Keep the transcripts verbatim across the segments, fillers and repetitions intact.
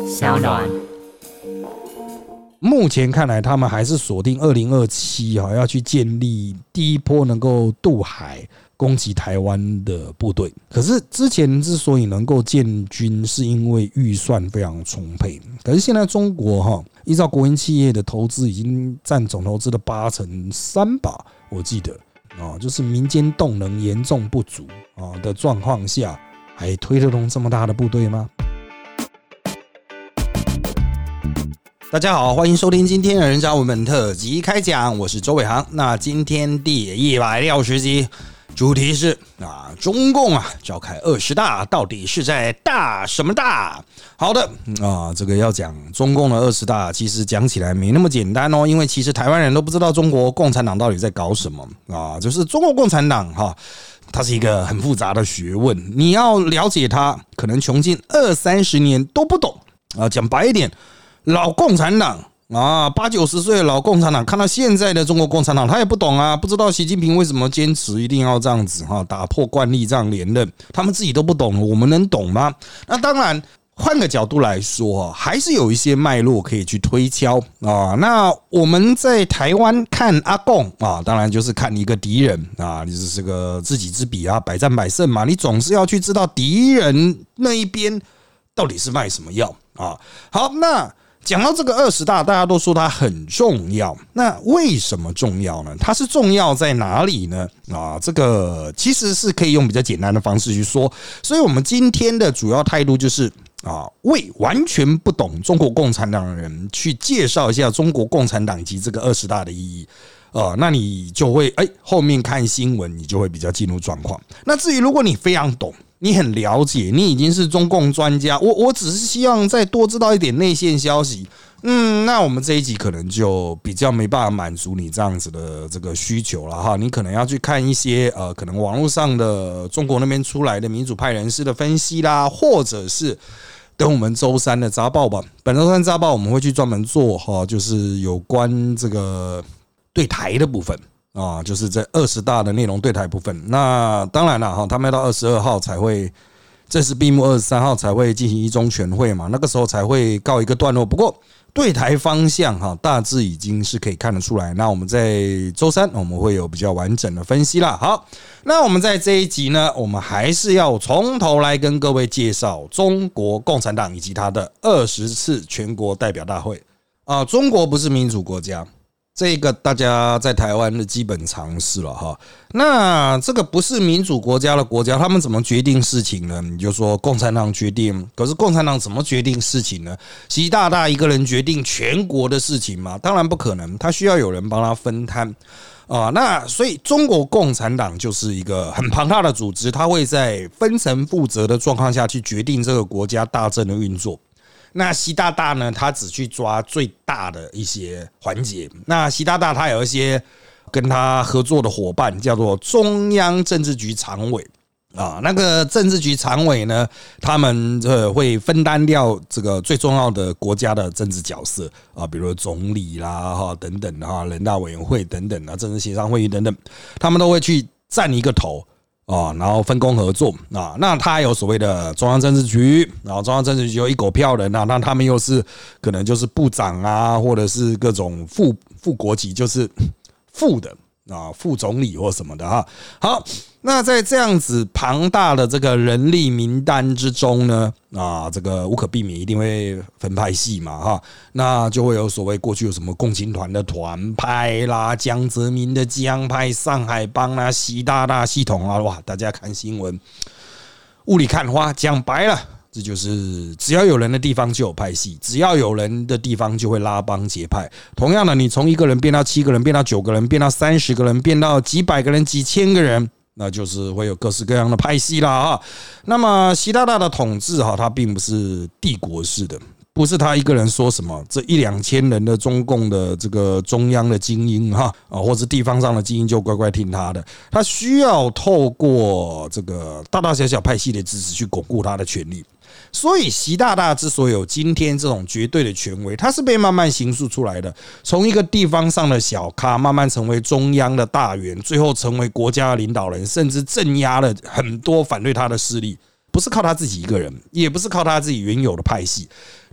小暖。 目前看来，他们还是锁定二零二七哈，要去建立第一波能够渡海攻击台湾的部队。可是之前之所以能够建军，是因为预算非常充沛。可是现在中国哈，依照国营企业的投资，已经占总投资的八成三吧，我记得啊，就是民间动能严重不足啊的状况下，还推得动这么大的部队吗？大家好，欢迎收听今天的人渣文本特辑开讲，我是周伟航。那今天第一百六十集，主题是啊，中共啊召开二十大，到底是在大什么大？好的啊，这个要讲中共的二十大，其实讲起来没那么简单哦，因为其实台湾人都不知道中国共产党到底在搞什么啊，就是中国共产党哈。它是一个很复杂的学问，你要了解它，可能穷尽二三十年都不懂啊。讲白一点，老共产党啊，八九十岁的老共产党，看到现在的中国共产党，他也不懂啊，不知道习近平为什么坚持一定要这样子哈，打破惯例这样连任，他们自己都不懂，我们能懂吗？那当然。换个角度来说，还是有一些脉络可以去推敲啊。那我们在台湾看阿共啊，当然就是看一个敌人啊，你是这个知己知彼啊，百战百胜嘛，你总是要去知道敌人那一边到底是卖什么药啊。好，那讲到这个二十大，大家都说它很重要，那为什么重要呢？它是重要在哪里呢？啊，这个其实是可以用比较简单的方式去说，所以我们今天的主要态度就是。啊，为完全不懂中国共产党的人去介绍一下中国共产党以及这个二十大的意义，呃，那你就会哎、欸，后面看新闻你就会比较进入状况。那至于如果你非常懂，你很了解，你已经是中共专家，我我只是希望再多知道一点内线消息，嗯，那我们这一集可能就比较没办法满足你这样子的这个需求了哈。你可能要去看一些呃，可能网络上的中国那边出来的民主派人士的分析啦，或者是。等我们周三的杂报吧，本周三杂报我们会去专门做哈，就是有关这个对台的部分啊，就是在二十大的内容对台部分。那当然了哈，他们要到二十二号才会正式闭幕，二十三号才会进行一中全会嘛，那个时候才会告一个段落。不过对台方向哈，大致已经是可以看得出来。那我们在周三我们会有比较完整的分析啦。好，那我们在这一集呢，我们还是要从头来跟各位介绍中国共产党以及它的二十次全国代表大会啊。中国不是民主国家。这个大家在台湾的基本常识了哈。那这个不是民主国家的国家，他们怎么决定事情呢？你就说共产党决定，可是共产党怎么决定事情呢？习大大一个人决定全国的事情吗？当然不可能，他需要有人帮他分摊啊。那所以中国共产党就是一个很庞大的组织，它会在分层负责的状况下去决定这个国家大政的运作。那习大大呢？他只去抓最大的一些环节。那习大大他有一些跟他合作的伙伴，叫做中央政治局常委啊。那个政治局常委呢，他们会分担掉这个最重要的国家的政治角色啊，比如说总理啦、哈等等啊，人大委员会等等啊，政治协商会议等等，他们都会去占一个头。啊，然后分工合作啊，那他有所谓的中央政治局，然后中央政治局有一狗票人啊，那他们又是可能就是部长啊，或者是各种副副国级，就是副的啊，副总理或什么的哈。好，那在这样子庞大的这个人力名单之中呢，啊，这个无可避免一定会分派系嘛哈，那就会有所谓过去有什么共青团的团派啦，江泽民的江派，上海帮啦，习大大系统啊，哇，大家看新闻雾里看花，讲白了。这就是只要有人的地方就有派系，只要有人的地方就会拉帮结派。同样的，你从一个人变到七个人，变到九个人，变到三十个人，变到几百个人、几千个人，那就是会有各式各样的派系啦啊。那么习大大的统治哈，它并不是帝国式的，不是他一个人说什么，这一两千人的中共的这个中央的精英哈啊，或者地方上的精英就乖乖听他的，他需要透过这个大大小小派系的支持去巩固他的权力。所以习大大之所以有今天这种绝对的权威，他是被慢慢形塑出来的，从一个地方上的小咖慢慢成为中央的大员，最后成为国家的领导人，甚至镇压了很多反对他的势力。不是靠他自己一个人，也不是靠他自己原有的派系，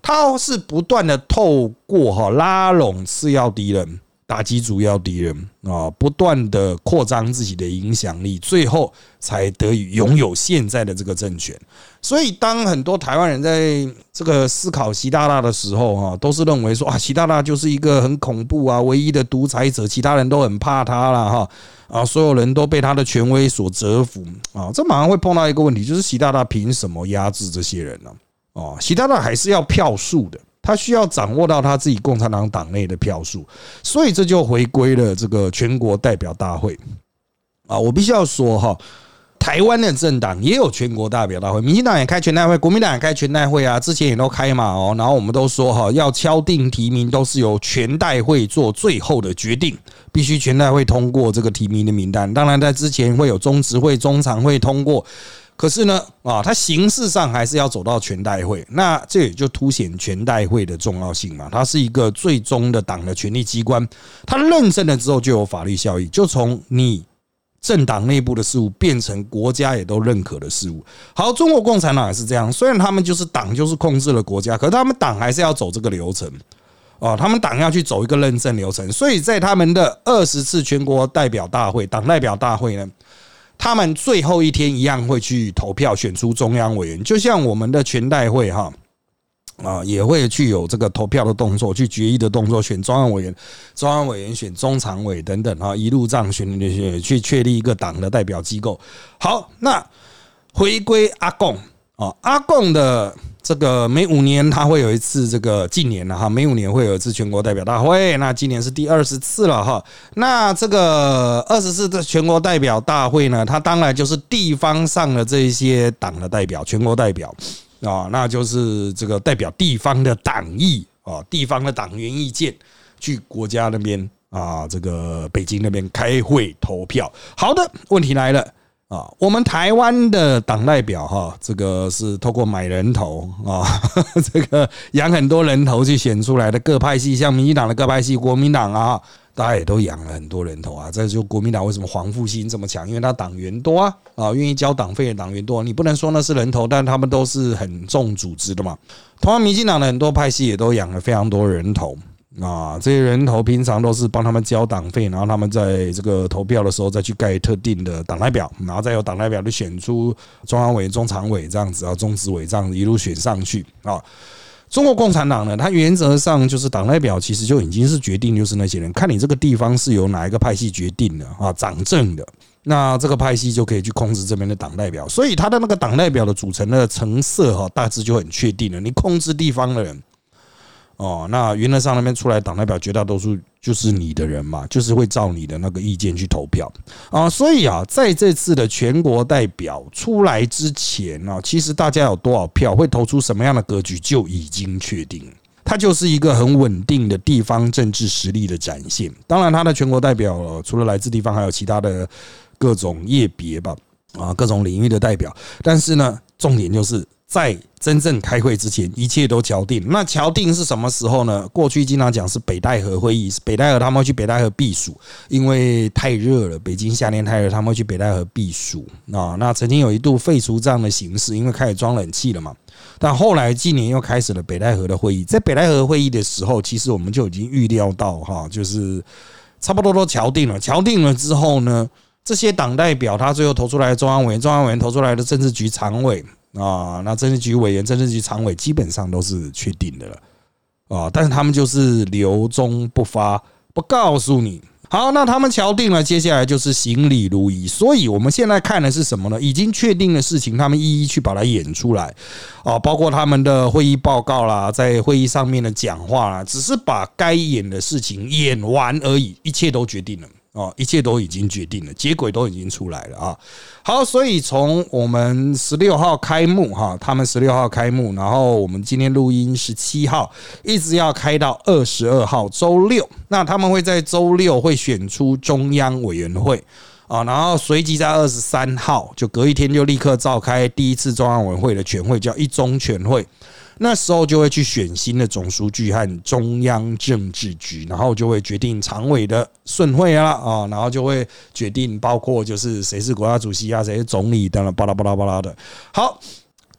他是不断的透过拉拢次要敌人，打击主要敌人啊，不断的扩张自己的影响力，最后才得以拥有现在的这个政权。所以，当很多台湾人在这个思考习大大的时候，哈，都是认为说啊，习大大就是一个很恐怖啊，唯一的独裁者，其他人都很怕他啦，哈啊，所有人都被他的权威所折服啊。这马上会碰到一个问题，就是习大大凭什么压制这些人呢？哦，习大大还是要票数的。他需要掌握到他自己共产党党内的票数，所以这就回归了这个全国代表大会啊。我必须要说哈，台湾的政党也有全国代表大会，民进党也开全代会，国民党也开全代会啊，之前也都开嘛哦。然后我们都说哈，要敲定提名都是由全代会做最后的决定，必须全代会通过这个提名的名单。当然，在之前会有中执会、中常会通过。可是呢，啊，它形式上还是要走到全代会，那这也就凸显全代会的重要性嘛。它是一个最终的党的权力机关，它认证了之后就有法律效益，就从你政党内部的事务变成国家也都认可的事务。好，中国共产党也是这样，虽然他们就是党就是控制了国家，可是他们党还是要走这个流程。哦，他们党要去走一个认证流程，所以在他们的二十次全国代表大会、党代表大会呢，他们最后一天一样会去投票选出中央委员，就像我们的全代会哈啊也会去有这个投票的动作，去决议的动作，选中央委员、中央委员选中常委等等哈，一路这样选去确立一个党的代表机构。好，那回归阿共啊，阿共的这个每五年他会有一次这个近年了哈，每五年会有一次全国代表大会，那今年是第二十次了哈。那这个二十次的全国代表大会呢，它当然就是地方上的这一些党的代表，全国代表啊，那就是这个代表地方的党意啊，地方的党员意见，去国家那边啊，这个北京那边开会投票。好的，问题来了。啊，我们台湾的党代表哈，这个是透过买人头啊，这个养很多人头去选出来的各派系，像民进党的各派系、国民党啊，大家也都养了很多人头啊。这就国民党为什么黄复兴这么强，因为他党员多啊，啊，愿意交党费的党员多。你不能说那是人头，但他们都是很重组织的嘛。同样，民进党的很多派系也都养了非常多人头。啊，这些人头平常都是帮他们交党费，然后他们在这个投票的时候再去盖特定的党代表，然后再由党代表去选出中央委员、中常委这样子啊，中执委这样子一路选上去啊。中国共产党呢，它原则上就是党代表其实就已经是决定，就是那些人，看你这个地方是由哪一个派系决定的啊，掌政的，那这个派系就可以去控制这边的党代表，所以他的那个党代表的组成的成色哈，大致就很确定了。你控制地方的人。哦，那原则上那边出来党代表绝大多数就是你的人嘛，就是会照你的那个意见去投票啊。所以啊，在这次的全国代表出来之前啊，其实大家有多少票会投出什么样的格局就已经确定，它就是一个很稳定的地方政治实力的展现。当然，它的全国代表除了来自地方，还有其他的各种业别吧，啊，各种领域的代表。但是呢，重点就是在真正开会之前，一切都敲定。那敲定是什么时候呢？过去经常讲是北戴河会议，北戴河他们会去北戴河避暑，因为太热了，北京夏天太热，他们会去北戴河避暑啊。那曾经有一度废除这样的形式，因为开始装冷气了嘛。但后来今年又开始了北戴河的会议，在北戴河会议的时候，其实我们就已经预料到哈，就是差不多都敲定了。敲定了之后呢，这些党代表他最后投出来的中央委员，中央委员投出来的政治局常委。啊，那政治局委员、政治局常委基本上都是确定的了啊，但是他们就是留中不发，不告诉你。好，那他们敲定了，接下来就是行礼如仪。所以我们现在看的是什么呢？已经确定的事情，他们一一去把它演出来啊，包括他们的会议报告啦，在会议上面的讲话啦，只是把该演的事情演完而已，一切都决定了。哦，一切都已经决定了，结果都已经出来了啊！好，所以从我们十六号开幕哈，他们十六号开幕，然后我们今天录音十七号，一直要开到二十二号周六。那他们会在周六会选出中央委员会啊，然后随即在二十三号就隔一天就立刻召开第一次中央委员会的全会，叫一中全会。那时候就会去选新的总书记和中央政治局，然后就会决定常委的顺会啊啊，然后就会决定包括就是谁是国家主席啊，谁是总理等等巴拉巴拉巴拉的。好，那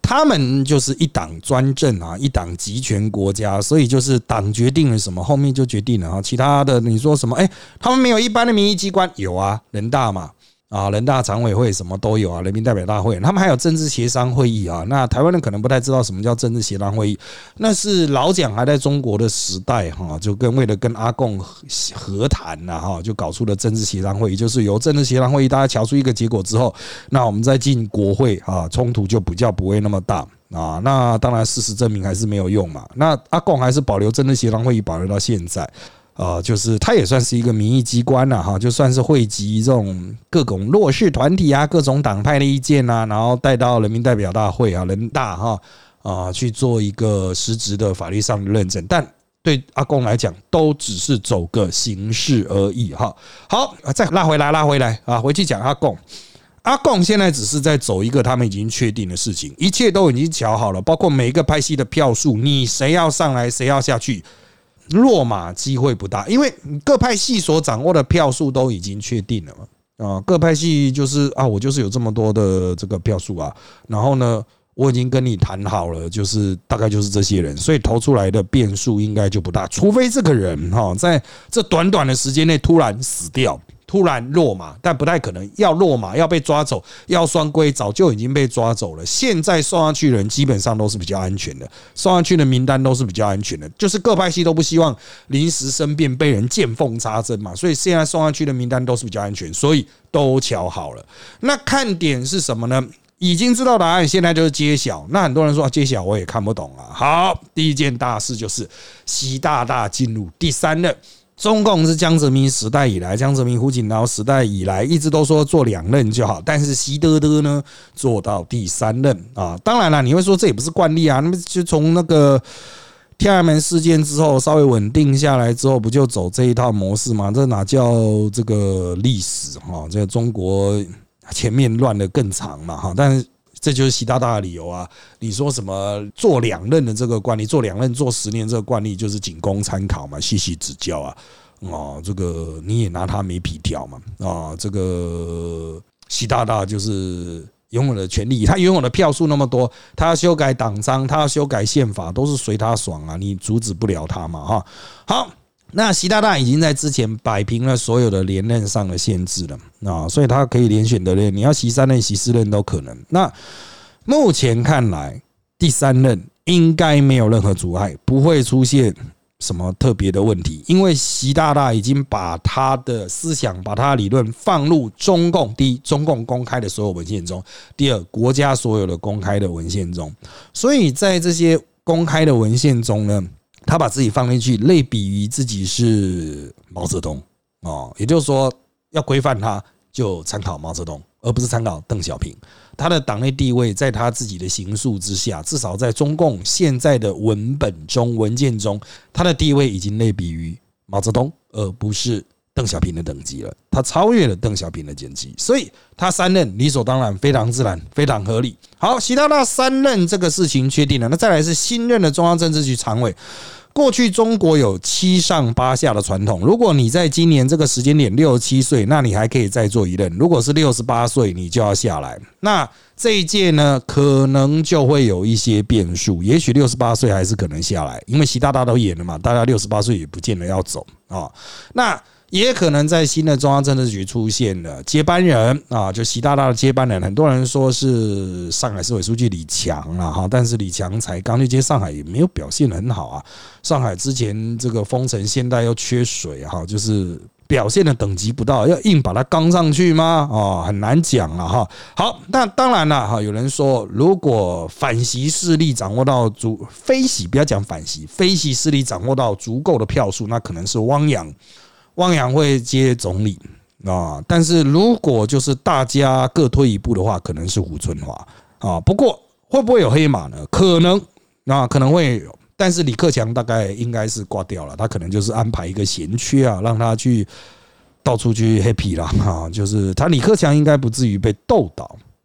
他们就是一党专政啊，一党集权国家，所以就是党决定了什么，后面就决定了啊。其他的你说什么？哎，他们没有一般的民意机关，有啊，人大嘛。啊，人大常委会什么都有啊，人民代表大会，他们还有政治协商会议啊。那台湾人可能不太知道什么叫政治协商会议，那是老蒋还在中国的时代哈，就跟为了跟阿共和谈呐哈，就搞出了政治协商会议，就是由政治协商会议大家瞧出一个结果之后，那我们再进国会啊，冲突就比较不会那么大啊。那当然事实证明还是没有用嘛。那阿共还是保留政治协商会议，保留到现在。呃，就是它也算是一个民意机关了哈，就算是汇集这种各种弱势团体啊、各种党派的意见啊，然后带到人民代表大会啊、人大哈啊去做一个实质的法律上的认证，但对阿共来讲，都只是走个形式而已哈。好，再拉回来，拉回来啊，回去讲阿共。阿共现在只是在走一个他们已经确定的事情，一切都已经瞧好了，包括每一个派系的票数，你谁要上来，谁要下去。落马机会不大，因为各派系所掌握的票数都已经确定了嘛。啊，各派系就是啊，我就是有这么多的这个票数啊，然后呢，我已经跟你谈好了，就是大概就是这些人，所以投出来的变数应该就不大，除非这个人哈在这短短的时间内突然死掉。突然落马，但不太可能。要落马，要被抓走，要双规，早就已经被抓走了。现在送上去的人基本上都是比较安全的，送上去的名单都是比较安全的。就是各派系都不希望临时生变被人见缝插针嘛，所以现在送上去的名单都是比较安全，所以都瞧好了。那看点是什么呢？已经知道答案，现在就是揭晓。那很多人说、啊、揭晓我也看不懂啊。好，第一件大事就是习大大进入第三任。中共是江泽民时代以来，江泽民、胡锦涛时代以来，一直都说做两任就好，但是习德德呢做到第三任啊。当然了，你会说这也不是惯例啊，那么就从那个天安门事件之后稍微稳定下来之后，不就走这一套模式吗？这哪叫这个历史哈？这个中国前面乱得更长嘛哈，但是。这就是习大大的理由啊！你说什么做两任的这个惯例，做两任做十年这个惯例，就是仅供参考嘛，细细指教啊！哦，这个你也拿他没皮条嘛！啊，这个习大大就是拥有的权利，他拥有的票数那么多，他要修改党章，他要修改宪法，都是随他爽啊！你阻止不了他嘛！哈，好。那习大大已经在之前摆平了所有的连任上的限制了啊，所以他可以连选的任，你要习三任、习四任都可能。那目前看来，第三任应该没有任何阻碍，不会出现什么特别的问题，因为习大大已经把他的思想、把他的理论放入中共第一，中共公开的所有文献中；第二，国家所有的公开的文献中。所以在这些公开的文献中呢。他把自己放进去，类比于自己是毛泽东哦，也就是说，要规范他，就参考毛泽东，而不是参考邓小平。他的党内地位在他自己的行述之下，至少在中共现在的文本中、文件中，他的地位已经类比于毛泽东，而不是邓小平的等级了。他超越了邓小平的等级，所以他三任理所当然，非常自然，非常合理。好，习大大三任这个事情确定了，那再来是新任的中央政治局常委。过去中国有七上八下的传统，如果你在今年这个时间点六十七岁，那你还可以再做一任；如果是六十八岁，你就要下来。那这一届呢，可能就会有一些变数，也许六十八岁还是可能下来，因为习大大都演了嘛，大家六十八岁也不见得要走啊。那也可能在新的中央政治局出现了接班人啊，就习大大的接班人。很多人说是上海市委书记李强啦哈，但是李强才刚去接上海，也没有表现很好啊。上海之前这个封城，现在又缺水哈，就是表现的等级不到，要硬把它刚上去吗？哦，很难讲了哈。好，那当然了哈，有人说，如果反习势力掌握到足非习，不要讲反习，非习势力掌握到足够的票数，那可能是汪洋。汪洋会接总理啊，但是如果就是大家各退一步的话，可能是胡春华啊。不过会不会有黑马呢？可能啊，可能会有。但是李克强大概应该是挂掉了，他可能就是安排一个闲缺啊，让他去到处去 happy 啦啊。就是他李克强应该不至于被斗倒，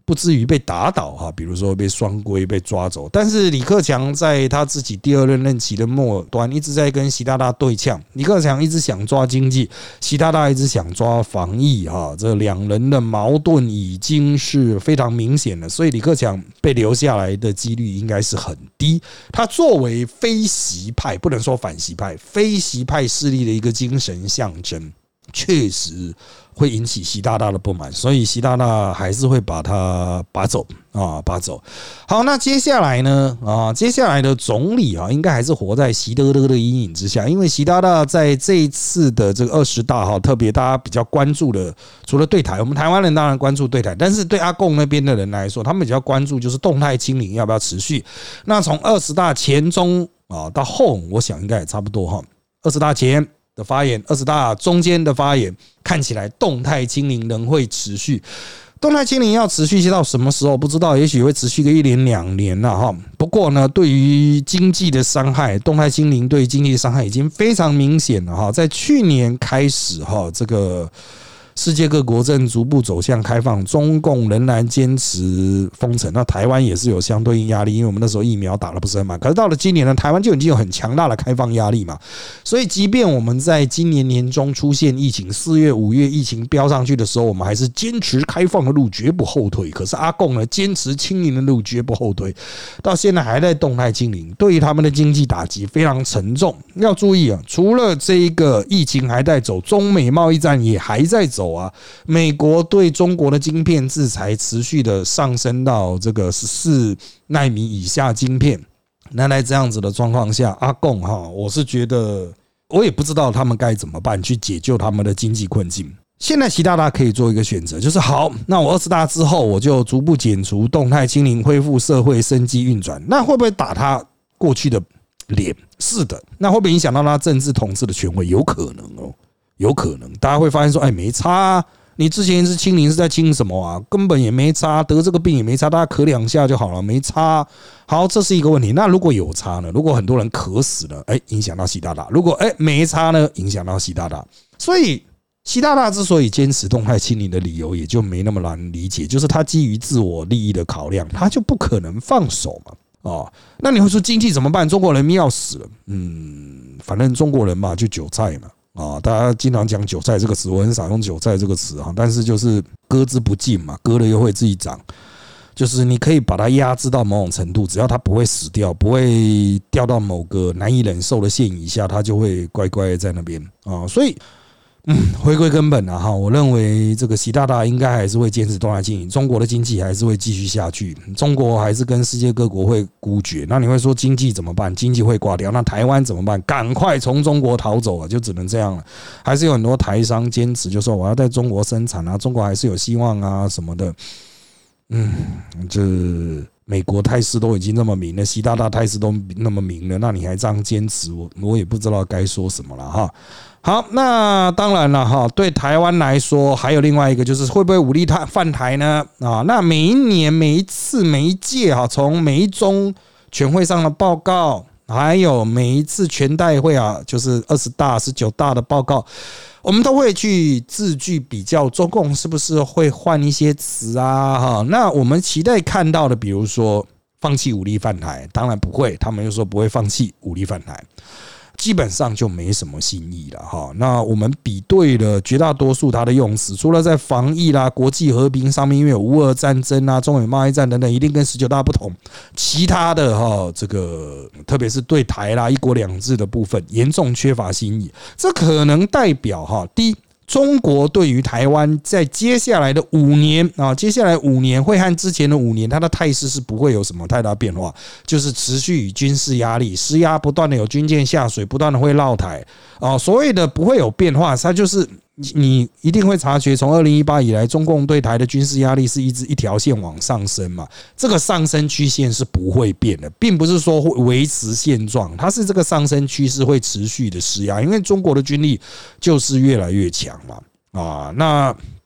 不至于被打倒哈，比如说被双规被抓走。但是李克强在他自己第二任任期的末端一直在跟习大大对呛，李克强一直想抓经济，习大大一直想抓防疫哈，这两人的矛盾已经是非常明显了，所以李克强被留下来的几率应该是很低。他作为非习派，不能说反习派，非习派势力的一个精神象征，确实会引起习大大的不满，所以习大大还是会把他拔走啊，拔走。好，那接下来呢啊，接下来的总理啊，应该还是活在习德德的阴影之下，因为习大大在这一次的这个二十大哈，特别大家比较关注的，除了对台，我们台湾人当然关注对台，但是对阿共那边的人来说，他们比较关注就是动态清零要不要持续。那从二十大前中啊到后，我想应该也差不多哈。二十大前的发言，二十大中间的发言，看起来动态清零仍会持续。动态清零要持续到什么时候不知道，也许会持续个一年两年了哈。不过呢，对于经济的伤害，动态清零对于经济的伤害已经非常明显了哈。在去年开始哈，这个世界各国正逐步走向开放，中共仍然坚持封城，那台湾也是有相对应压力，因为我们那时候疫苗打得不是很满。可是到了今年呢，台湾就已经有很强大的开放压力嘛，所以即便我们在今年年中出现疫情，四月五月疫情飙上去的时候，我们还是坚持开放的路绝不后退。可是阿共呢，坚持清零的路绝不后退，到现在还在动态清零，对于他们的经济打击非常沉重。要注意啊，除了这一个疫情还在走，中美贸易战也还在走。美国对中国的晶片制裁持续的上升到这个十四奈米以下晶片，那在这样子的状况下，阿共哈，我是觉得我也不知道他们该怎么办去解救他们的经济困境。现在习大大可以做一个选择，就是好，那我二十大之后我就逐步减除动态清零，恢复社会生机运转，那会不会打他过去的脸？是的。那会不会影响到他政治统治的权威？有可能哦。有可能，大家会发现说，哎，没差啊，你之前是清零是在清什么啊？根本也没差，得这个病也没差，大家咳两下就好了，没差。好，这是一个问题。那如果有差呢？如果很多人咳死了，哎，影响到习大大；如果哎没差呢，影响到习大大。所以习大大之所以坚持动态清零的理由，也就没那么难理解，就是他基于自我利益的考量，他就不可能放手嘛。哦，那你会说经济怎么办？中国人民要死了，嗯，反正中国人嘛，就韭菜嘛。啊，大家经常讲韭菜这个词，我很少用韭菜这个词哈，但是就是割之不尽嘛，割了又会自己长，就是你可以把它压制到某种程度，只要它不会死掉，不会掉到某个难以忍受的线以下，它就会乖乖在那边啊，所以。嗯，回归根本啊哈，我认为这个习大大应该还是会坚持动态清零，中国的经济还是会继续下去，中国还是跟世界各国会孤绝。那你会说经济怎么办？经济会挂掉，那台湾怎么办？赶快从中国逃走啊，就只能这样了。还是有很多台商坚持，就说我要在中国生产啊，中国还是有希望啊什么的。嗯，这美国态势都已经那么明了，习大大态势都那么明了，那你还这样坚持，我我也不知道该说什么了哈。好，那当然了哈，对台湾来说，还有另外一个就是会不会武力犯台呢？啊，那每一年、每一次、每一届哈，从每一中全会上的报告，还有每一次全代会啊，就是二十大、十九大的报告，我们都会去字句比较中共是不是会换一些词啊？哈，那我们期待看到的，比如说放弃武力犯台，当然不会，他们又说不会放弃武力犯台。基本上就没什么新意了哈。那我们比对了绝大多数它的用词，除了在防疫啦、国际和平上面，因为有乌俄战争啊、中美贸易战等等，一定跟十九大不同。其他的哈，这个特别是对台啦、一国两制的部分，严重缺乏新意。这可能代表哈，第一。中国对于台湾在接下来的五年啊，接下来五年会和之前的五年，它的态势是不会有什么太大变化，就是持续以军事压力施压，不断的有军舰下水，不断的会绕台啊。所谓的不会有变化，它就是你一定会察觉，从二零一八以来，中共对台的军事压力是一直一条线往上升嘛，这个上升曲线是不会变的，并不是说会维持现状，它是这个上升趋势会持续的施压，因为中国的军力就是越来越强嘛啊，那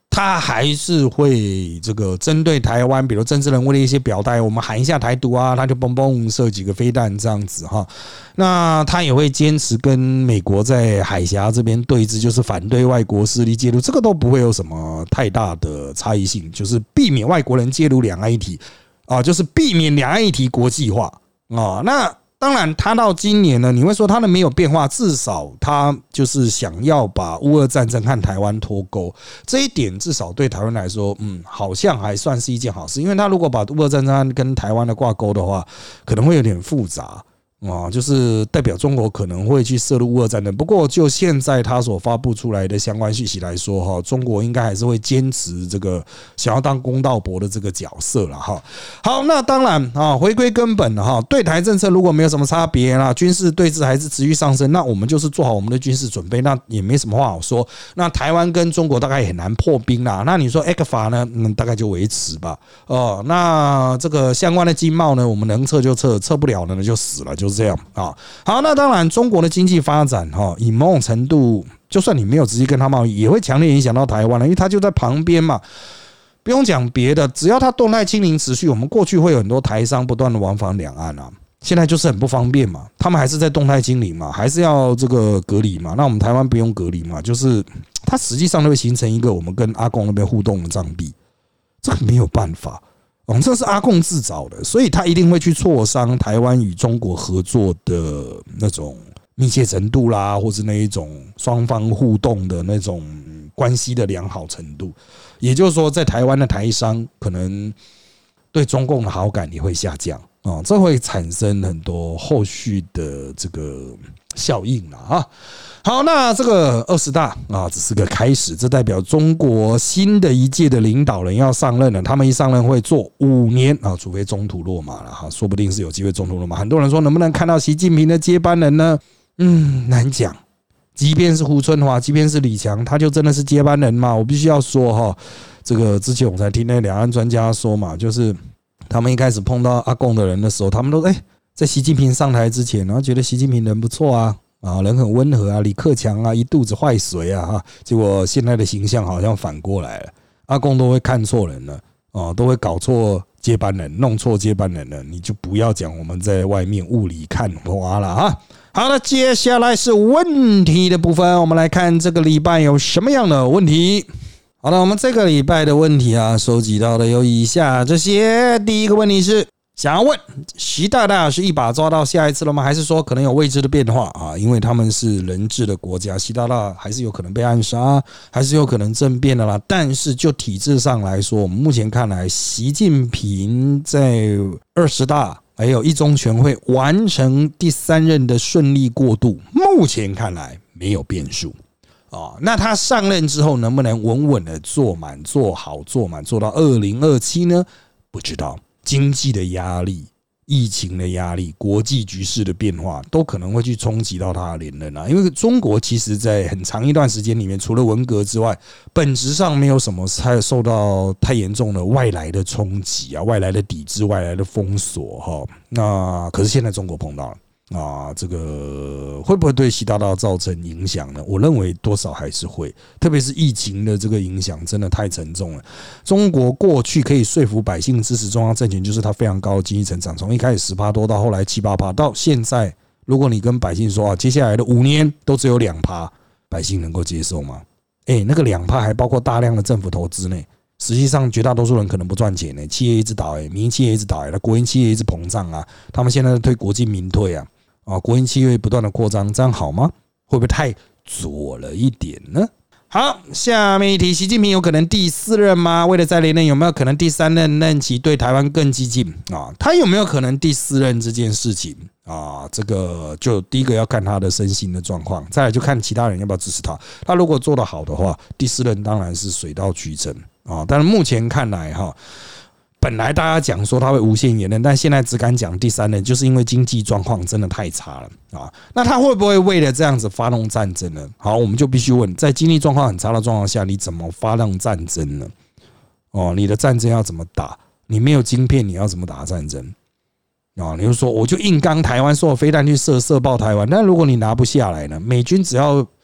他还是会这个针对台湾，比如政治人物的一些表态，我们喊一下台独啊，他就嘣嘣射几个飞弹这样子哈。那他也会坚持跟美国在海峡这边对峙，就是反对外国势力介入，这个都不会有什么太大的差异性，就是避免外国人介入两岸议题啊，就是避免两岸议题国际化啊。那当然，他到今年呢，你会说他的没有变化，至少他就是想要把乌俄战争和台湾脱钩，这一点至少对台湾来说，嗯，好像还算是一件好事，因为他如果把乌俄战争跟台湾的挂钩的话，可能会有点复杂。啊，就是代表中国可能会去涉入乌俄战争。不过就现在他所发布出来的相关讯息来说，哈，中国应该还是会坚持这个想要当公道伯的这个角色了哈。好，那当然啊，回归根本了哈，对台政策如果没有什么差别啦，军事对峙还是持续上升，那我们就是做好我们的军事准备，那也没什么话好说。那台湾跟中国大概也很难破冰啦。那你说 E C F A 呢？嗯，大概就维持吧。哦，那这个相关的经贸呢，我们能撤就撤，撤不了呢就死了，就是这样啊。好，那当然，中国的经济发展哈，以某种程度，就算你没有直接跟他贸易，也会强烈影响到台湾了，因为它就在旁边嘛。不用讲别的，只要它动态清零持续，我们过去会有很多台商不断的往返两岸啊。现在就是很不方便嘛，他们还是在动态清零嘛，还是要这个隔离嘛。那我们台湾不用隔离嘛，就是它实际上都会形成一个我们跟阿共那边互动的障壁，这个没有办法。哦，这是阿共自找的，所以他一定会去挫伤台湾与中国合作的那种密切程度啦，或是那一种双方互动的那种关系的良好程度。也就是说，在台湾的台商可能对中共的好感也会下降啊，这会产生很多后续的这个效应了啊。好，那这个二十大啊，只是个开始，这代表中国新的一届的领导人要上任了。他们一上任会做五年啊，除非中途落马了哈，说不定是有机会中途落马。很多人说能不能看到习近平的接班人呢？嗯，难讲。即便是胡春华，即便是李强，他就真的是接班人吗？我必须要说哈，这个之前我才听那两岸专家说嘛，就是他们一开始碰到阿共的人的时候，他们都哎，在习近平上台之前，然后觉得习近平人不错啊。啊，人很温和啊，李克强啊，一肚子坏水啊，哈，结果现在的形象好像反过来了，阿共都会看错人了，哦，都会搞错接班人，弄错接班人了，你就不要讲我们在外面雾里看花了哈。好的，接下来是问题的部分，我们来看这个礼拜有什么样的问题。好了，我们这个礼拜的问题啊，收集到的有以下这些。第一个问题是，想要问习大大是一把抓到下一次了吗？还是说可能有未知的变化啊？因为他们是人治的国家，习大大还是有可能被暗杀，还是有可能政变的啦。但是就体制上来说，我们目前看来，习近平在二十大还有一中全会完成第三任的顺利过渡，目前看来没有变数啊。那他上任之后能不能稳稳的做满、做好、做满，做到二零二七呢？不知道。经济的压力、疫情的压力、国际局势的变化，都可能会去冲击到他的连任啊。因为中国其实在很长一段时间里面，除了文革之外，本质上没有什么太受到太严重的外来的冲击啊、外来的抵制、外来的封锁哈。那可是现在中国碰到了。啊，这个会不会对习大大造成影响呢？我认为多少还是会，特别是疫情的这个影响真的太沉重了。中国过去可以说服百姓支持中央政权，就是它非常高的经济成长，从一开始 百分之十 多到后来 百分之七八 到现在，如果你跟百姓说啊，接下来的五年都只有 百分之二， 百姓能够接受吗？哎，那个 百分之二 还包括大量的政府投资呢。实际上，绝大多数人可能不赚钱呢，企业一直倒哎，民营企业一直倒哎，那国营企业一直膨胀啊，他们现在在推国进民退啊。啊，国营企业不断的扩张，这样好吗？会不会太左了一点呢？好，下面一题，习近平有可能第四任吗？为了再连任，有没有可能第三任任期对台湾更激进啊？他有没有可能第四任这件事情啊？这个就第一个要看他的身心的状况，再来就看其他人要不要支持他。他如果做得好的话，第四任当然是水到渠成啊。但是目前看来哈。本来大家讲说他会无限延任，但现在只敢讲第三任，就是因为经济状况真的太差了啊！那他会不会为了这样子发动战争呢？好，我们就必须问，在经济状况很差的状况下，你怎么发动战争呢？哦，你的战争要怎么打？你没有晶片，你要怎么打战争？啊，你就说我就硬刚台湾，说我飞弹去射射爆台湾，但如果你拿不下来呢？美军只要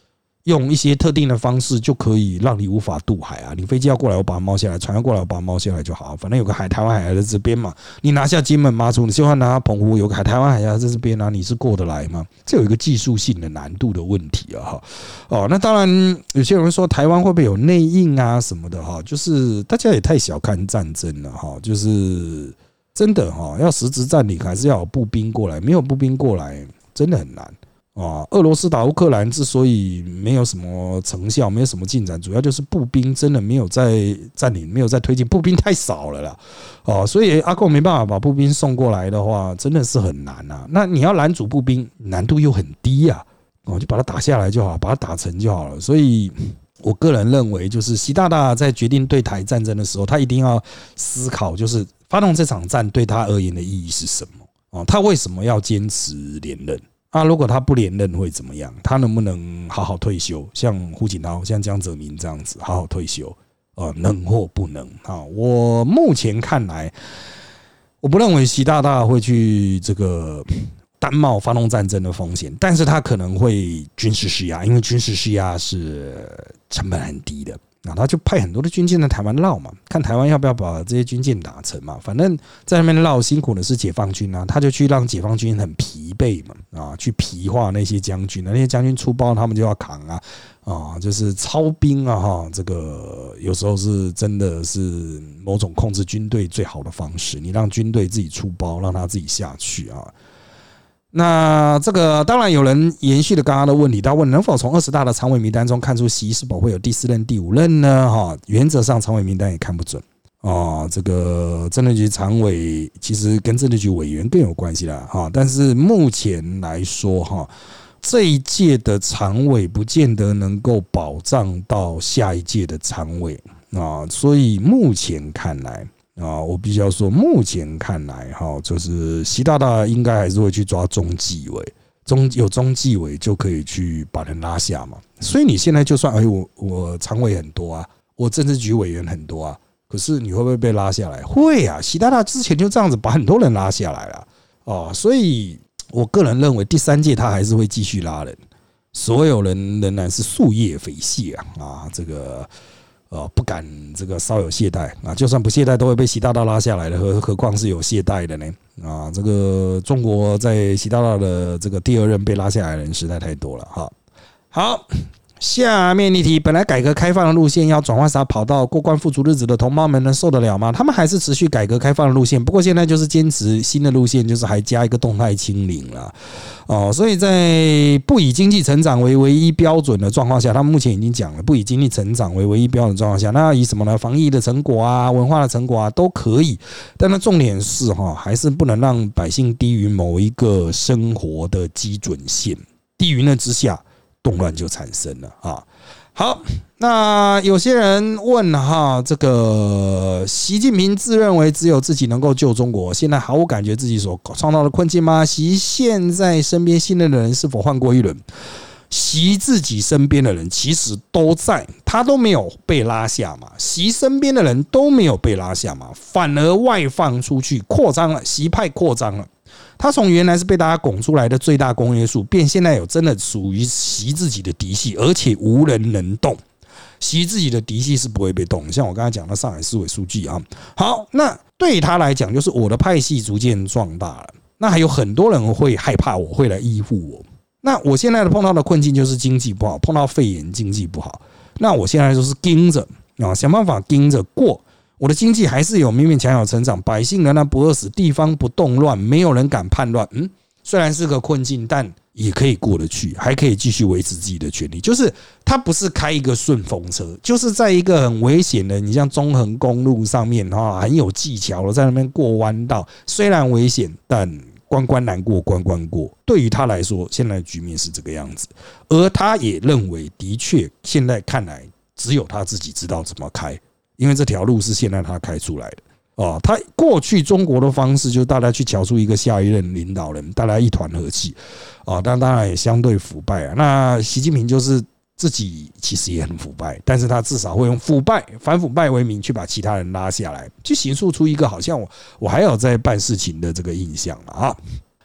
用一些特定的方式就可以让你无法渡海啊！你飞机要过来，我把它猫下来；船要过来，我把它猫下来就好。反正有个海台湾海峡在这边嘛，你拿下金门马祖，你就算拿下澎湖，有个海台湾海峡在这边啊，你是过得来吗？这有一个技术性的难度的问题啊！哈哦，那当然有些人说台湾会不会有内应啊什么的哈，就是大家也太小看战争了哈，就是真的哈，要实质占领还是要有步兵过来，没有步兵过来真的很难。啊，俄罗斯打乌克兰之所以没有什么成效，没有什么进展，主要就是步兵真的没有在占领，没有在推进，步兵太少了啦。哦，所以阿共没办法把步兵送过来的话，真的是很难啊。那你要拦阻步兵，难度又很低啊，哦，就把它打下来就好，把它打沉就好了。所以我个人认为，就是习大大在决定对台战争的时候，他一定要思考，就是发动这场战对他而言的意义是什么？哦，他为什么要坚持连任？那、啊、如果他不连任会怎么样？他能不能好好退休？像胡锦涛、像江泽民这样子好好退休？呃，能或不能？啊，我目前看来，我不认为习大大会去这个担冒发动战争的风险，但是他可能会军事施压，因为军事施压是成本很低的。那他就派很多的军舰在台湾绕嘛，看台湾要不要把这些军舰打沉嘛。反正在那边绕辛苦的是解放军啊，他就去让解放军很疲惫嘛，啊，去疲化那些将军，那些将军出包他们就要扛啊，啊，就是操兵啊，哈，这个有时候是真的是某种控制军队最好的方式，你让军队自己出包，让他自己下去啊。那这个当然有人延续了刚刚的问题，他问能否从二十大的常委名单中看出习是否会有第四任、第五任呢？哈，原则上常委名单也看不准啊。这个政治局常委其实跟政治局委员更有关系啦，哈。但是目前来说，哈，这一届的常委不见得能够保障到下一届的常委啊，所以目前看来。啊，我必须要说，目前看来，哈，就是习大大应该还是会去抓中纪委，中有中纪委就可以去把人拉下嘛。所以你现在就算，哎，我我常委很多啊，我政治局委员很多啊，可是你会不会被拉下来？会啊，习大大之前就这样子把很多人拉下来了哦。所以我个人认为，第三届他还是会继续拉人，所有人仍然是夙夜匪懈啊啊，这个。呃，不敢这个稍有懈怠啊，就算不懈怠都会被习大大拉下来的，何何况是有懈怠的呢？啊，这个中国在习大大的这个第二任被拉下来的人实在太多了哈。好，下面一题，本来改革开放的路线要转换啥跑道，过惯富足日子的同胞们能受得了吗？他们还是持续改革开放的路线，不过现在就是坚持新的路线，就是还加一个动态清零了。哦，所以在不以经济成长为唯一标准的状况下，他们目前已经讲了，不以经济成长为唯一标准的状况下，那以什么呢？防疫的成果啊，文化的成果啊，都可以。但那重点是哈，还是不能让百姓低于某一个生活的基准线，低于那之下，动乱就产生了啊。好，那有些人问哈，这个习近平自认为只有自己能够救中国，现在毫无感觉自己所创造的困境吗？习现在身边信任的人是否换过一轮？习自己身边的人其实都在，他都没有被拉下马，习身边的人都没有被拉下马，反而外放出去扩张了，习派扩张了。他从原来是被大家拱出来的最大公约数，变现在有真的属于习自己的嫡系，而且无人能动。习自己的嫡系是不会被动，像我刚才讲的上海市委书记啊。好，那对他来讲，就是我的派系逐渐壮大了，那还有很多人会害怕我，会来依附我。那我现在的碰到的困境就是经济不好，碰到肺炎经济不好，那我现在就是盯着啊，想办法盯着过。我的经济还是有勉勉强强成长，百姓仍然不饿死，地方不动乱，没有人敢叛乱。嗯，虽然是个困境，但也可以过得去，还可以继续维持自己的权利。就是他不是开一个顺风车，就是在一个很危险的，你像中横公路上面哈，很有技巧的在那边过弯道，虽然危险，但关关难过关关过。对于他来说，现在的局面是这个样子，而他也认为，的确现在看来，只有他自己知道怎么开。因为这条路是现在他开出来的哦，他过去中国的方式就是大家去瞧出一个下一任领导人，大家一团和气啊，但当然也相对腐败啊。那习近平就是自己其实也很腐败，但是他至少会用腐败、反腐败为名去把其他人拉下来，去形塑出一个好像我我还有在办事情的这个印象了啊。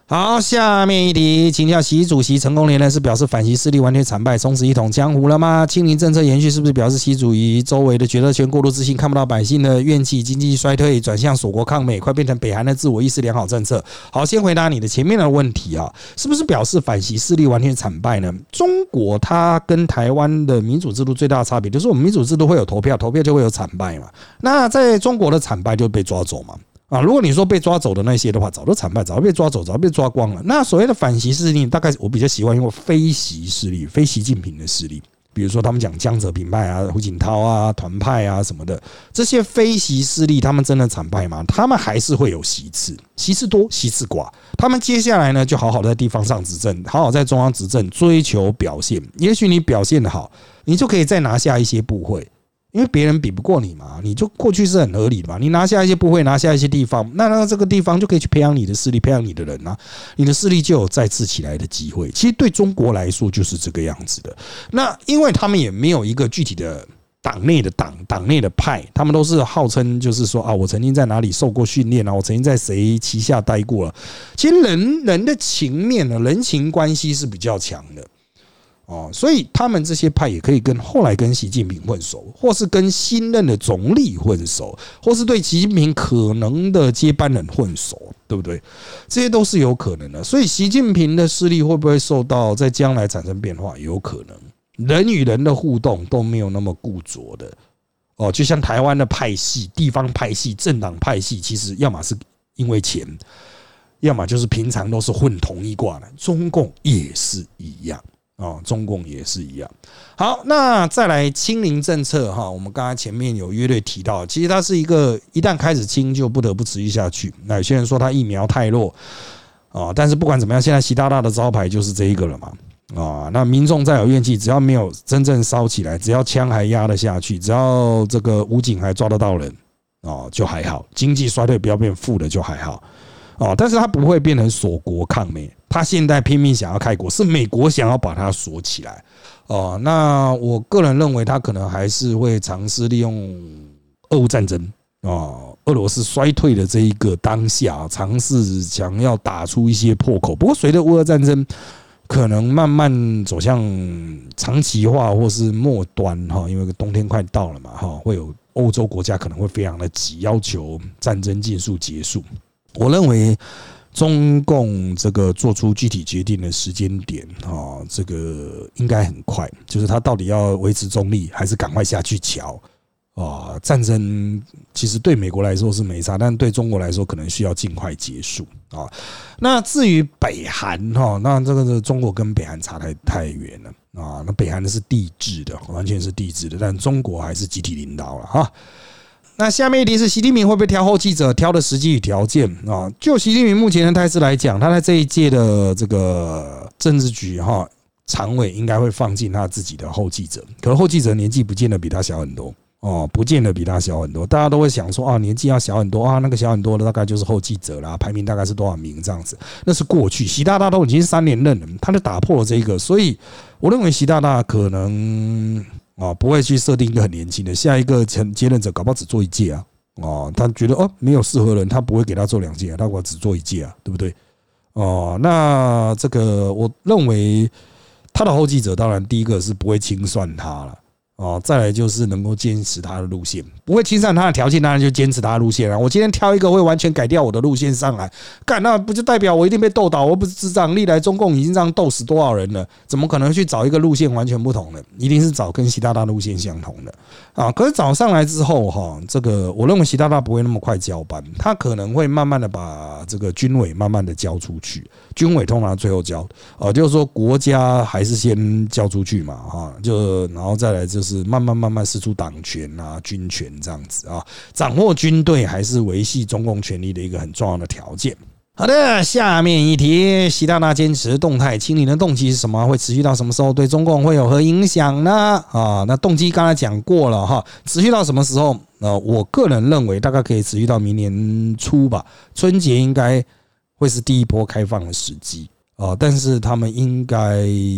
好，下面一题，请教习主席成功连任是表示反习势力完全惨败，从此一统江湖了吗？清零政策延续是不是表示习主席周围的决策权过度自信，看不到百姓的怨气，经济衰退，转向锁国抗美，快变成北韩的自我意识良好政策？好，先回答你的前面的问题啊，是不是表示反习势力完全惨败呢？中国它跟台湾的民主制度最大的差别就是我们民主制度会有投票，投票就会有惨败嘛。那在中国的惨败就被抓走嘛。啊，如果你说被抓走的那些的话，早就惨败，早就被抓走，早就被抓光了。那所谓的反习势力，大概我比较喜欢用非习势力，非习近平的势力，比如说他们讲江泽民派啊、胡锦涛啊、团派啊什么的，这些非习势力，他们真的惨败吗？他们还是会有席次，席次多，席次寡。他们接下来呢，就好好在地方上执政，好好在中央执政，追求表现。也许你表现得好，你就可以再拿下一些部会。因为别人比不过你嘛，你就过去是很合理的嘛。你拿下一些部会，拿下一些地方，那那这个地方就可以去培养你的势力，培养你的人啊，你的势力就有再次起来的机会。其实对中国来说就是这个样子的。那因为他们也没有一个具体的党内的党、党内的派，他们都是号称就是说啊，我曾经在哪里受过训练啊，我曾经在谁旗下待过了。其实人人的情面呢，人情关系是比较强的。哦，所以他们这些派也可以跟后来跟习近平混熟，或是跟新任的总理混熟，或是对习近平可能的接班人混熟，对不对？这些都是有可能的。所以习近平的势力会不会受到在将来产生变化？有可能，人与人的互动都没有那么固着的。哦，就像台湾的派系、地方派系、政党派系，其实要么是因为钱，要么就是平常都是混同一挂的。中共也是一样。哦，中共也是一样。好，那再来清零政策哈，我们刚才前面有约略提到，其实它是一个一旦开始清就不得不持续下去。那有些人说它疫苗太弱啊，但是不管怎么样，现在习大大的招牌就是这一个了嘛。啊，那民众再有怨气，只要没有真正烧起来，只要枪还压得下去，只要这个武警还抓得到人，哦，就还好。经济衰退不要变负的就还好。哦，但是它不会变成锁国抗美，他现在拼命想要开国，是美国想要把它锁起来。哦，那我个人认为他可能还是会尝试利用俄乌战争哦，俄罗斯衰退的这一个当下，尝试想要打出一些破口。不过随着乌俄战争可能慢慢走向长期化或是末端哈，因为冬天快到了嘛哈，会有欧洲国家可能会非常的急，要求战争尽速结束。我认为中共这个做出具体决定的时间点啊，这个应该很快，就是他到底要维持中立，还是赶快下去瞧啊？战争其实对美国来说是没差，但对中国来说可能需要尽快结束啊。那至于北韩哈，那这个中国跟北韩差太太远了啊。那北韩是帝制的，完全是帝制的，但中国还是集体领导了哈。那下面一题是习近平会不会挑后继者？挑的时机与条件啊，就习近平目前的态势来讲，他在这一届的这个政治局哈常委应该会放进他自己的后继者，可是后继者年纪不见得比他小很多哦，不见得比他小很多，大家都会想说啊，年纪要小很多啊，那个小很多的大概就是后继者啦，排名大概是多少名这样子，那是过去。习大大都已经三连任了，他就打破了这个，所以我认为习大大可能。哦，不会去设定一个很年轻的下一个接任者，搞不好只做一届啊！哦，他觉得哦没有适合人，他不会给他做两届啊，他只做一届啊，对不对？哦，那这个我认为他的后继者，当然第一个是不会清算他了。哦，再来就是能够坚持他的路线，不会清算他的条件，当然就坚持他的路线了。我今天挑一个会完全改掉我的路线上来，干那不就代表我一定被斗倒？我不是智障，历来中共已经这样斗死多少人了，怎么可能去找一个路线完全不同的？一定是找跟习大大路线相同的啊！可是找上来之后哈，这个我认为习大大不会那么快交班，他可能会慢慢的把这个军委慢慢的交出去，军委通常最后交啊，就是说国家还是先交出去嘛哈，就然后再来就是。是慢慢慢慢释出党权啊、军权这样子啊，掌握军队还是维系中共权力的一个很重要的条件。好的，下面一题，习大大坚持动态清零的动机是什么？会持续到什么时候？对中共会有何影响呢？啊，那动机刚才讲过了哈，持续到什么时候？呃，我个人认为大概可以持续到明年初吧，春节应该会是第一波开放的时机啊，但是他们应该。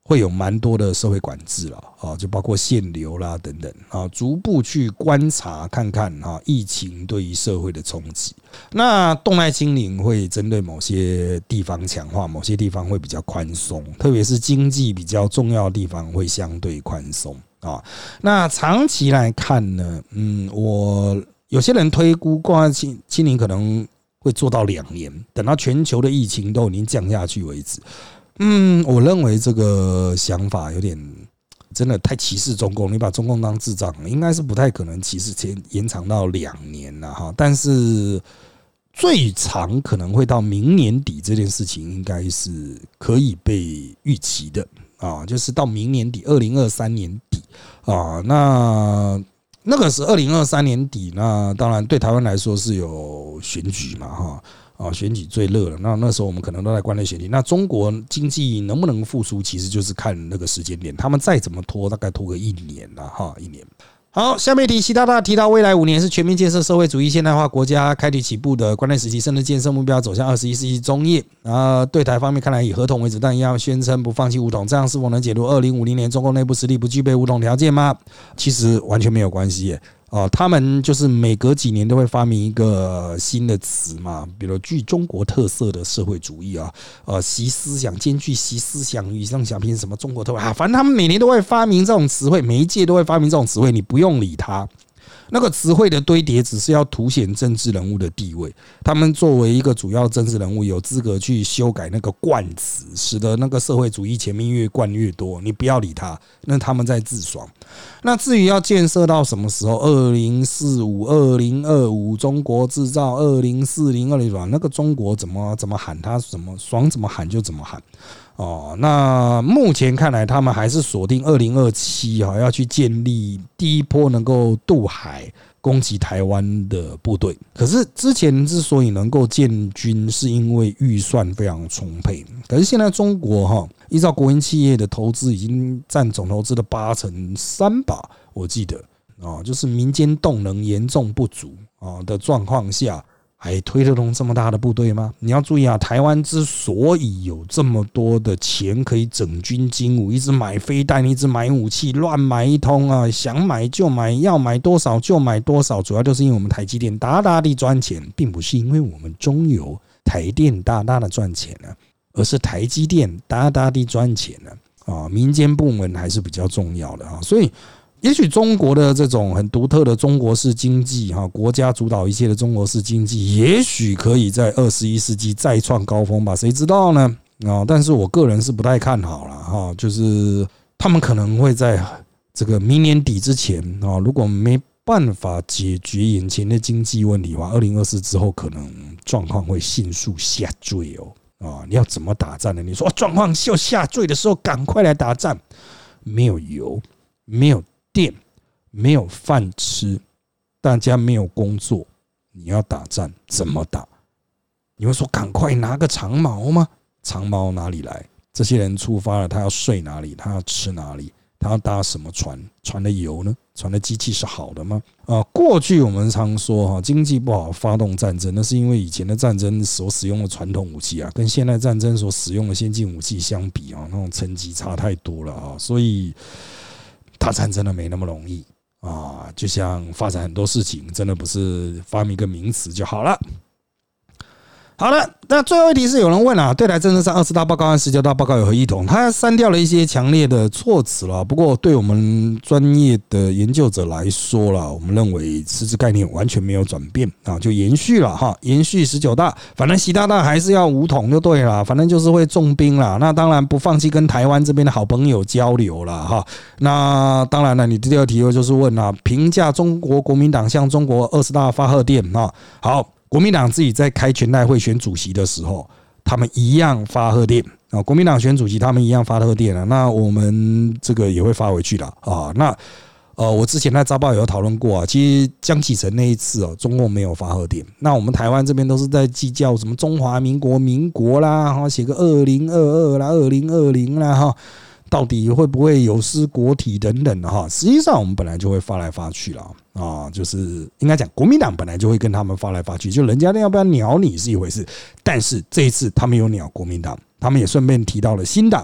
会有蛮多的社会管制了啊，就包括限流啦等等啊，逐步去观察看看啊疫情对于社会的冲击。那动态清零会针对某些地方强化，某些地方会比较宽松，特别是经济比较重要的地方会相对宽松啊。那长期来看呢，嗯，我有些人推估动态清零可能会做到两年，等到全球的疫情都已经降下去为止。嗯，我认为这个想法有点真的太歧视中共，你把中共当智障，应该是不太可能歧视延长到两年了哈。但是最长可能会到明年底，这件事情应该是可以被预期的啊，就是到明年底，二零二三年底啊，那。那个是二零二三年底，那当然对台湾来说是有选举嘛，哈啊，选举最热了。那那时候我们可能都在关注选举。那中国经济能不能复苏，其实就是看那个时间点。他们再怎么拖，大概拖个一年了，哈，一年。好，下面题，习大大提到未来五年是全面建设社会主义现代化国家开启起步的关键时期，甚至建设目标走向二十一世纪中叶。啊，对台方面看来以合统为主，但一样宣称不放弃武统，这样是否能解读二零五零年中共内部实力不具备武统条件吗？其实完全没有关系耶。哦，他们就是每隔几年都会发明一个新的词嘛，比如具中国特色的社会主义啊，呃，习思想兼具习思想与上小品什么中国特色啊，反正他们每年都会发明这种词汇，每一届都会发明这种词汇，你不用理他。那个词汇的堆叠只是要凸显政治人物的地位，他们作为一个主要政治人物，有资格去修改那个冠词，使得那个社会主义前面越冠越多。你不要理他，那他们在自爽。那至于要建设到什么时候，二零四五、二零二五，中国制造，二零四零、二零那个中国怎么怎么喊，他怎么爽怎么喊就怎么喊。哦，那目前看来，他们还是锁定二零二七哈，要去建立第一波能够渡海攻击台湾的部队。可是之前之所以能够建军，是因为预算非常充沛。可是现在中国哈，依照国营企业的投资，已经占总投资的八成三吧，我记得啊，就是民间动能严重不足啊的状况下。还推得动这么大的部队吗？你要注意啊，台湾之所以有这么多的钱可以整军经武，一直买飞弹，一直买武器，乱买一通啊，想买就买，要买多少就买多少，主要就是因为我们台积电大大地赚钱，并不是因为我们中油台电大大的赚钱呢，而是台积电大大地赚钱呢啊，民间部门还是比较重要的啊，所以。也许中国的这种很独特的中国式经济，哈，国家主导一切的中国式经济，也许可以在二十一世纪再创高峰吧？谁知道呢？啊，但是我个人是不太看好了，哈，就是他们可能会在这个明年底之前，啊，如果没办法解决眼前的经济问题的话，二零二四之后可能状况会迅速下坠哦。啊，你要怎么打战呢？你说状况就下坠的时候，赶快来打战，没有油，没有。店没有饭吃，大家没有工作，你要打战怎么打？你会说赶快拿个长矛吗？长矛哪里来？这些人出发了，他要睡哪里？他要吃哪里？他要搭什么船？船的油呢？船的机器是好的吗？啊，过去我们常说哈，经济不好发动战争，那是因为以前的战争所使用的传统武器啊，跟现在战争所使用的先进武器相比啊，那种层级差太多了啊，所以。打战真的没那么容易啊！就像发展很多事情，真的不是发明一个名词就好了。好了，那最后一题是有人问啊，对台政策上二十大报告和十九大报告有何异同？他删掉了一些强烈的措辞了，不过对我们专业的研究者来说啦，我们认为实质概念完全没有转变啊，就延续了哈，延续十九大，反正习大大还是要武统就对了，反正就是会重兵啦。那当然不放弃跟台湾这边的好朋友交流了哈。那当然了，你第二题就是问啊，评价中国国民党向中国二十大发贺电啊，好。国民党自己在开全代会选主席的时候，他们一样发贺电啊。国民党选主席，他们一样发贺电啊。那我们这个也会发回去了啊。那呃，我之前在早报有讨论过啊。其实江启臣那一次哦，中共没有发贺电。那我们台湾这边都是在计较什么中华民国、民国啦，哈，写个二零二二啦、二零二零啦，哈。到底会不会有失国体等等的哈？实际上我们本来就会发来发去了啊，就是应该讲国民党本来就会跟他们发来发去，就人家要不要鸟你是一回事，但是这一次他们有鸟国民党，他们也顺便提到了新党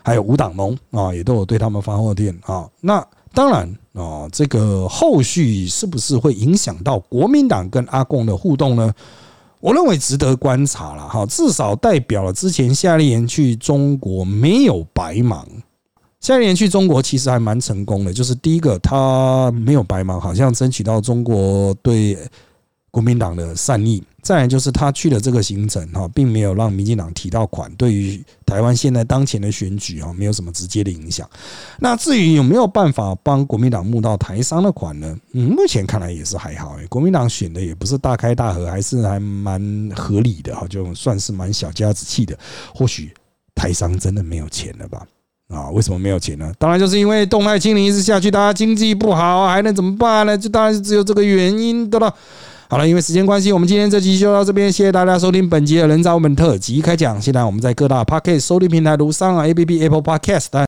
还有五党盟啊，也都有对他们发货电啊。那当然啊，这个后续是不是会影响到国民党跟阿共的互动呢？我认为值得观察啦，哈，至少代表了之前夏立言去中国没有白忙。夏立言去中国其实还蛮成功的，就是第一个他没有白忙，好像争取到中国对国民党的善意。再来就是他去的这个行程哈，并没有让民进党提到款，对于台湾现在当前的选举哈，没有什么直接的影响。那至于有没有办法帮国民党募到台商的款呢？嗯，目前看来也是还好、欸，国民党选的也不是大开大合，还是还蛮合理的哈，就算是蛮小家子气的。或许台商真的没有钱了吧？啊，为什么没有钱呢？当然就是因为动态清零一直下去，大家经济不好，还能怎么办呢？就当然是只有这个原因的了。好了，因为时间关系，我们今天这集就到这边，谢谢大家收听本集的人渣文本特辑开讲。现在我们在各大 Podcast 收听平台如上啊 A P P、Apple Podcast。